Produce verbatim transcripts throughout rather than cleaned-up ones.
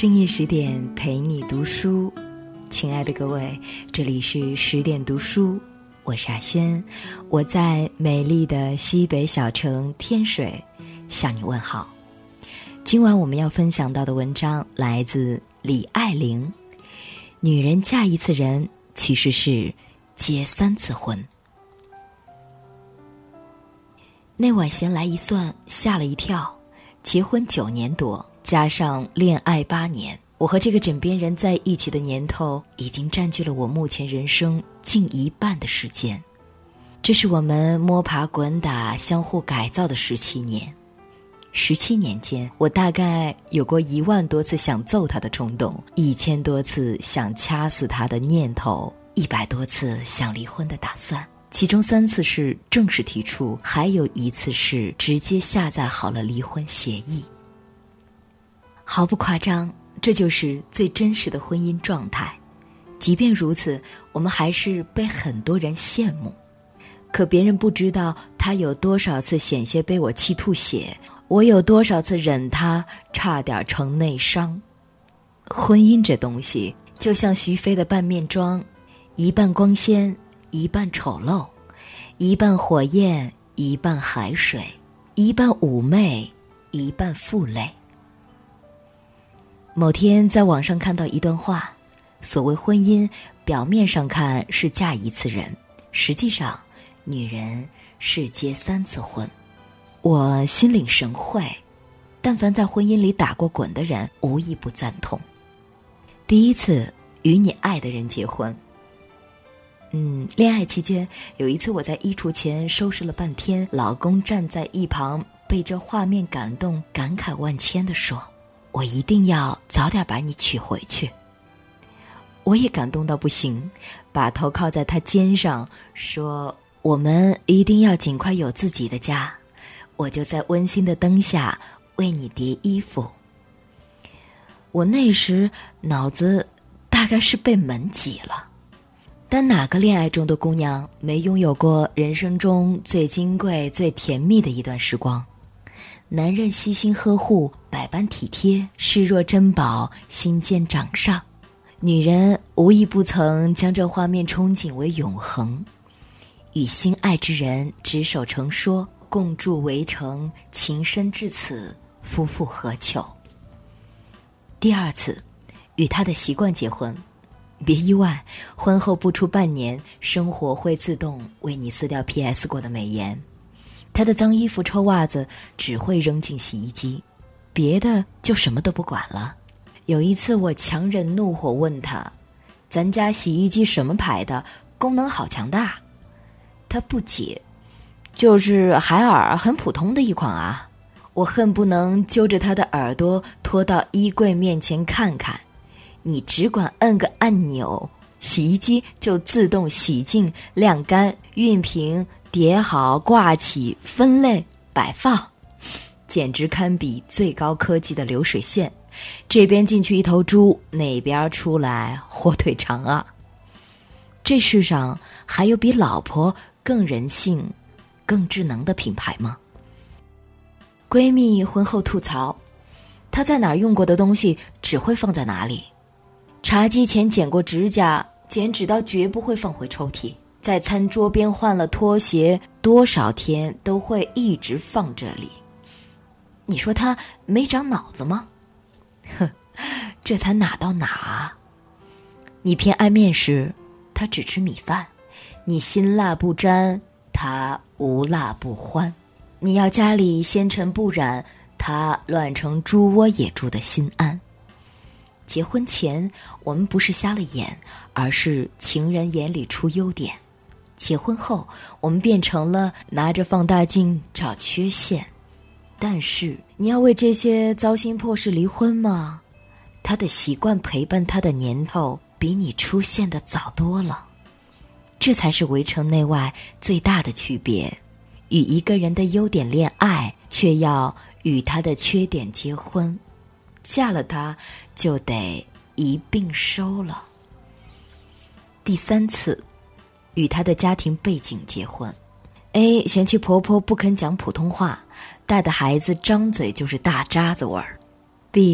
深夜十点陪你读书，亲爱的各位，这里是十点读书，我是阿轩，我在美丽的西北小城天水向你问好。今晚我们要分享到的文章来自李爱玲，女人嫁一次人其实是结三次婚。那晚闲来一算，吓了一跳，结婚九年多，加上恋爱八年，我和这个枕边人在一起的年头已经占据了我目前人生近一半的时间。这是我们摸爬滚打相互改造的十七年。十七年间，我大概有过一万多次想揍他的冲动，一千多次想掐死他的念头，一百多次想离婚的打算，其中三次是正式提出，还有一次是直接下载好了离婚协议。毫不夸张，这就是最真实的婚姻状态。即便如此，我们还是被很多人羡慕。可别人不知道他有多少次险些被我气吐血，我有多少次忍他差点成内伤。婚姻这东西就像徐飞的半面妆，一半光鲜，一半丑陋，一半火焰，一半海水，一半妩媚，一半负累。某天在网上看到一段话，所谓婚姻表面上看是嫁一次人，实际上女人是结三次婚。我心领神会，但凡在婚姻里打过滚的人无一不赞同。第一次与你爱的人结婚。嗯，恋爱期间有一次我在衣橱前收拾了半天，老公站在一旁被这画面感动，感慨万千地说，我一定要早点把你娶回去。我也感动到不行，把头靠在他肩上说，我们一定要尽快有自己的家，我就在温馨的灯下为你叠衣服。我那时脑子大概是被门挤了，但哪个恋爱中的姑娘没拥有过人生中最金贵最甜蜜的一段时光？男人悉心呵护，百般体贴，视若珍宝，心间掌上。女人无一不曾将这画面憧憬为永恒，与心爱之人执手成说，共筑围城，情深至此，夫复何求。第二次与他的习惯结婚，别意外，婚后不出半年，生活会自动为你撕掉 P S 过的美颜。他的脏衣服臭袜子只会扔进洗衣机，别的就什么都不管了。有一次我强忍怒火问他，咱家洗衣机什么牌的，功能好强大？他不解，就是海尔，很普通的一款啊。我恨不能揪着他的耳朵拖到衣柜面前看看，你只管摁个按钮，洗衣机就自动洗净、晾干、熨平、叠好、挂起、分类、摆放，简直堪比最高科技的流水线。这边进去一头猪，那边出来火腿肠啊！这世上还有比老婆更人性、更智能的品牌吗？闺蜜婚后吐槽，她在哪儿用过的东西只会放在哪里。茶几前剪过指甲，剪纸刀绝不会放回抽屉。在餐桌边换了拖鞋，多少天都会一直放这里。你说她没长脑子吗？哼，这才哪到哪啊！你偏爱面食，他只吃米饭；你辛辣不沾，他无辣不欢；你要家里纤尘不染，他乱成猪窝也住得心安。结婚前我们不是瞎了眼，而是情人眼里出优点；结婚后我们变成了拿着放大镜找缺陷。但是你要为这些糟心破事离婚吗？他的习惯陪伴他的年头比你出现的早多了。这才是围城内外最大的区别，与一个人的优点恋爱，却要与他的缺点结婚。嫁了他就得一并收了。第三次与他的家庭背景结婚。 A 嫌弃婆婆不肯讲普通话，带的孩子张嘴就是大渣子味儿。 B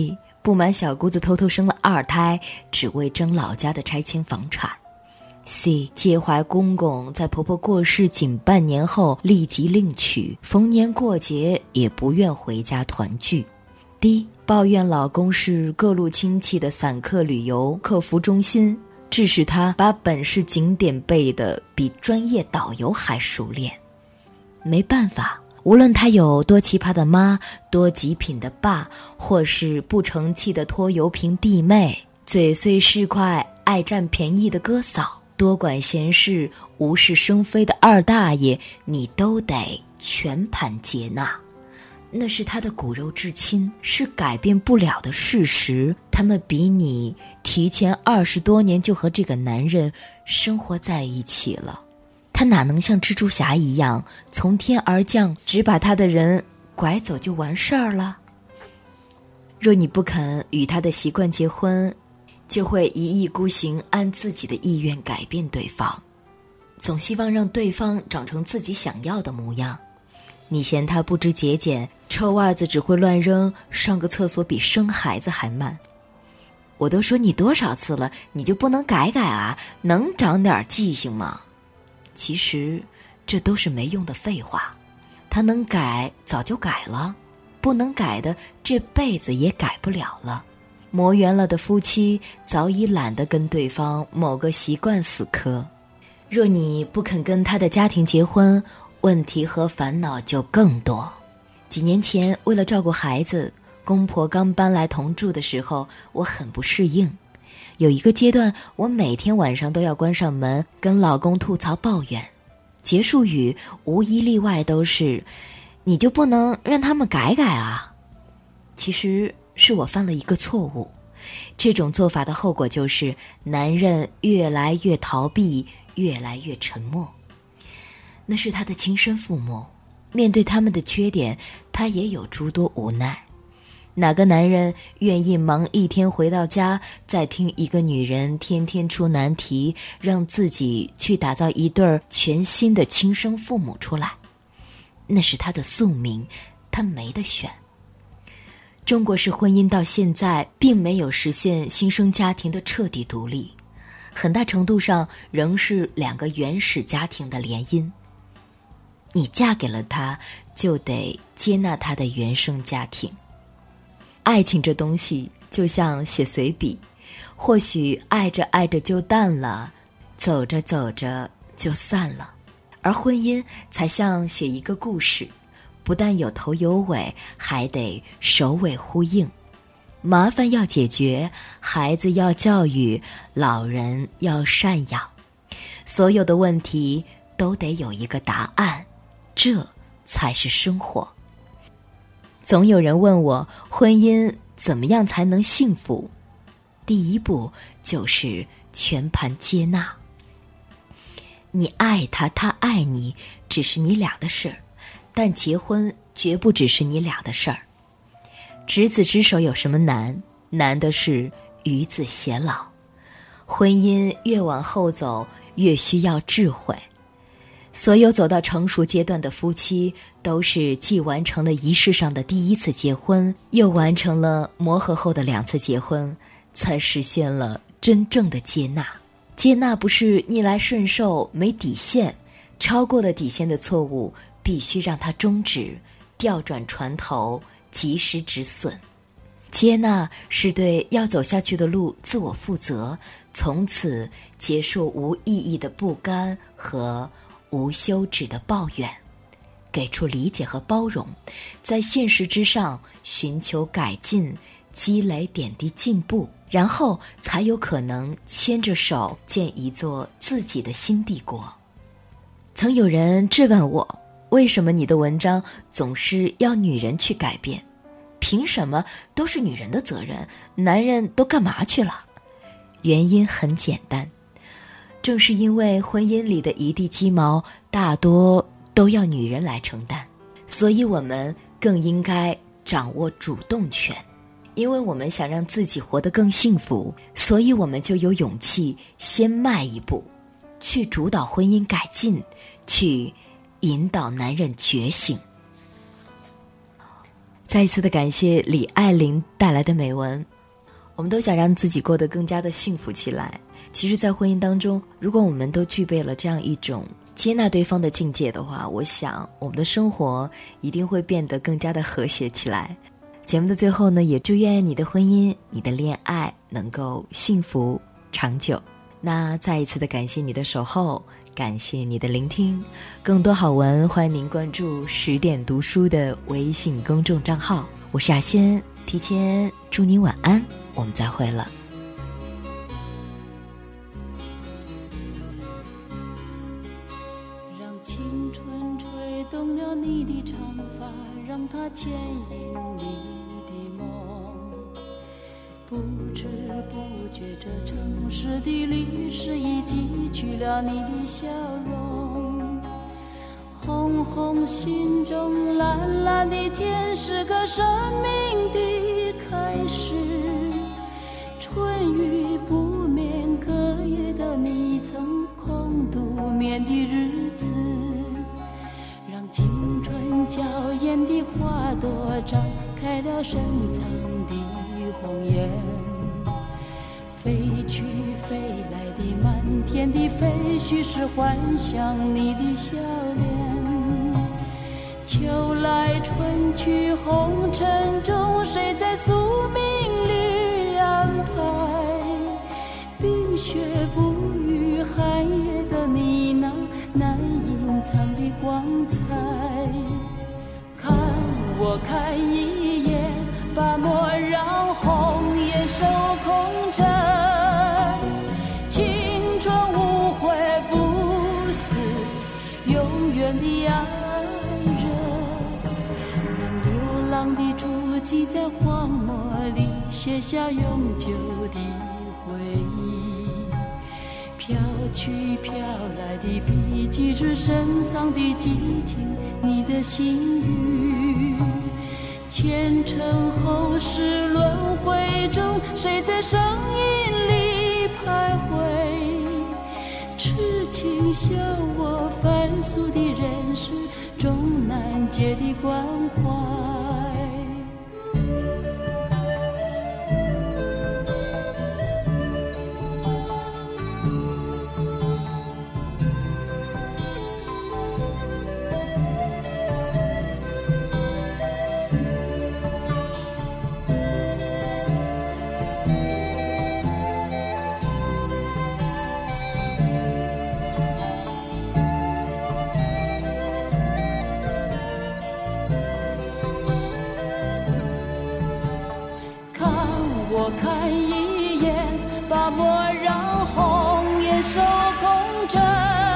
不瞒小姑子偷偷生了二胎，只为争老家的拆迁房产。C 介怀公公在婆婆过世仅半年后立即另娶，逢年过节也不愿回家团聚。D 抱怨老公是各路亲戚的散客旅游客服中心，致使她把本市景点背得比专业导游还熟练。没办法，无论她有多奇葩的妈，多极品的爸，或是不成器的拖油瓶弟妹，嘴碎市侩爱占便宜的哥嫂，多管闲事无事生非的二大爷，你都得全盘接纳。那是他的骨肉至亲，是改变不了的事实。他们比你提前二十多年就和这个男人生活在一起了，他哪能像蜘蛛侠一样从天而降，只把他的人拐走就完事儿了？若你不肯与他的习惯结婚，就会一意孤行，按自己的意愿改变对方，总希望让对方长成自己想要的模样。你嫌他不知节俭，臭袜子只会乱扔，上个厕所比生孩子还慢。我都说你多少次了，你就不能改改啊？能长点记性吗？其实这都是没用的废话。他能改早就改了，不能改的这辈子也改不了了。磨圆了的夫妻早已懒得跟对方某个习惯死磕。若你不肯跟他的家庭结婚，问题和烦恼就更多。几年前为了照顾孩子，公婆刚搬来同住的时候，我很不适应。有一个阶段，我每天晚上都要关上门跟老公吐槽抱怨，结束语无一例外都是你就不能让他们改改啊？其实是我犯了一个错误，这种做法的后果就是男人越来越逃避，越来越沉默。那是他的亲生父母，面对他们的缺点，他也有诸多无奈。哪个男人愿意忙一天回到家，再听一个女人天天出难题，让自己去打造一对全新的亲生父母出来？那是他的宿命，他没得选。中国式婚姻到现在并没有实现新生家庭的彻底独立，很大程度上仍是两个原始家庭的联姻。你嫁给了他，就得接纳他的原生家庭。爱情这东西就像写随笔，或许爱着爱着就淡了，走着走着就散了。而婚姻才像写一个故事，不但有头有尾，还得首尾呼应。麻烦要解决，孩子要教育，老人要赡养，所有的问题都得有一个答案，这才是生活。总有人问我，婚姻怎么样才能幸福？第一步就是全盘接纳。你爱他，他爱你，只是你俩的事儿，但结婚绝不只是你俩的事儿。执子之手有什么难？难的是与子偕老。婚姻越往后走，越需要智慧。所有走到成熟阶段的夫妻，都是既完成了仪式上的第一次结婚，又完成了磨合后的两次结婚，才实现了真正的接纳。接纳不是逆来顺受，没底线，超过了底线的错误必须让它终止，调转船头，及时止损。接纳是对要走下去的路自我负责，从此结束无意义的不甘和无休止的抱怨，给出理解和包容，在现实之上寻求改进，积累点滴进步，然后才有可能牵着手建一座自己的新帝国。曾有人质问我，为什么你的文章总是要女人去改变？凭什么都是女人的责任？男人都干嘛去了？原因很简单，正是因为婚姻里的一地鸡毛大多都要女人来承担，所以我们更应该掌握主动权。因为我们想让自己活得更幸福，所以我们就有勇气先迈一步，去主导婚姻改进，去引导男人觉醒。再一次的感谢李爱玲带来的美文， 我们都想让自己过得更加的幸福起来。其实在婚姻当中，如果我们都具备了这样一种接纳对方的境界的话，我想我们的生活一定会变得更加的和谐起来。节目的最后呢，也祝愿你的婚姻、你的恋爱能够幸福长久。那再一次的感谢你的守候，感谢你的聆听。更多好文，欢迎您关注十点读书的微信公众账号。我是雅轩，提前祝你晚安，我们再会了。 让青春吹动了你的长发，让它牵引你的梦，不知不觉这城市的历史已记取了你的笑容，红红心中蓝蓝的天是个生命的开始，春雨不眠，隔夜的你曾空独眠的日子，让青春娇艳的花朵绽开了深藏的红颜，飞去飞来的满天的飞絮是幻想你的笑脸，秋来春去红尘中，谁在宿命里安排？冰雪不语，寒夜的你那难隐藏的光彩。看我看一眼，把莫让红颜守空枕，青春无悔不死，永远的爱人。让流浪的足迹在荒漠里写下永久的回忆，飘去飘来的笔迹是深藏的激情，你的心语。前尘后世轮回中，谁在声音里徘徊？痴情笑我凡俗的人世终难解的关怀。我看一眼，把莫让红颜守空枕，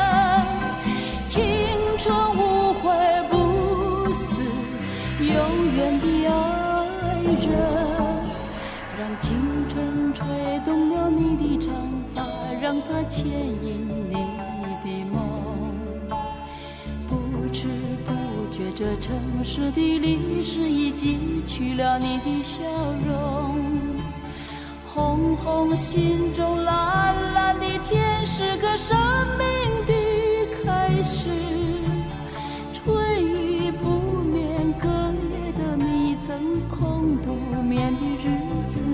青春无悔不死，永远的爱人。让青春吹动了你的长发，让它牵引你的梦，不知不觉这城市的历史已记取了你的笑容，红红心中蓝蓝的天是个生命的开始，春雨不眠，隔夜的你曾空独眠的日子，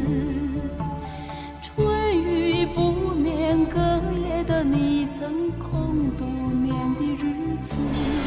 春雨不眠，隔夜的你曾空独眠的日子。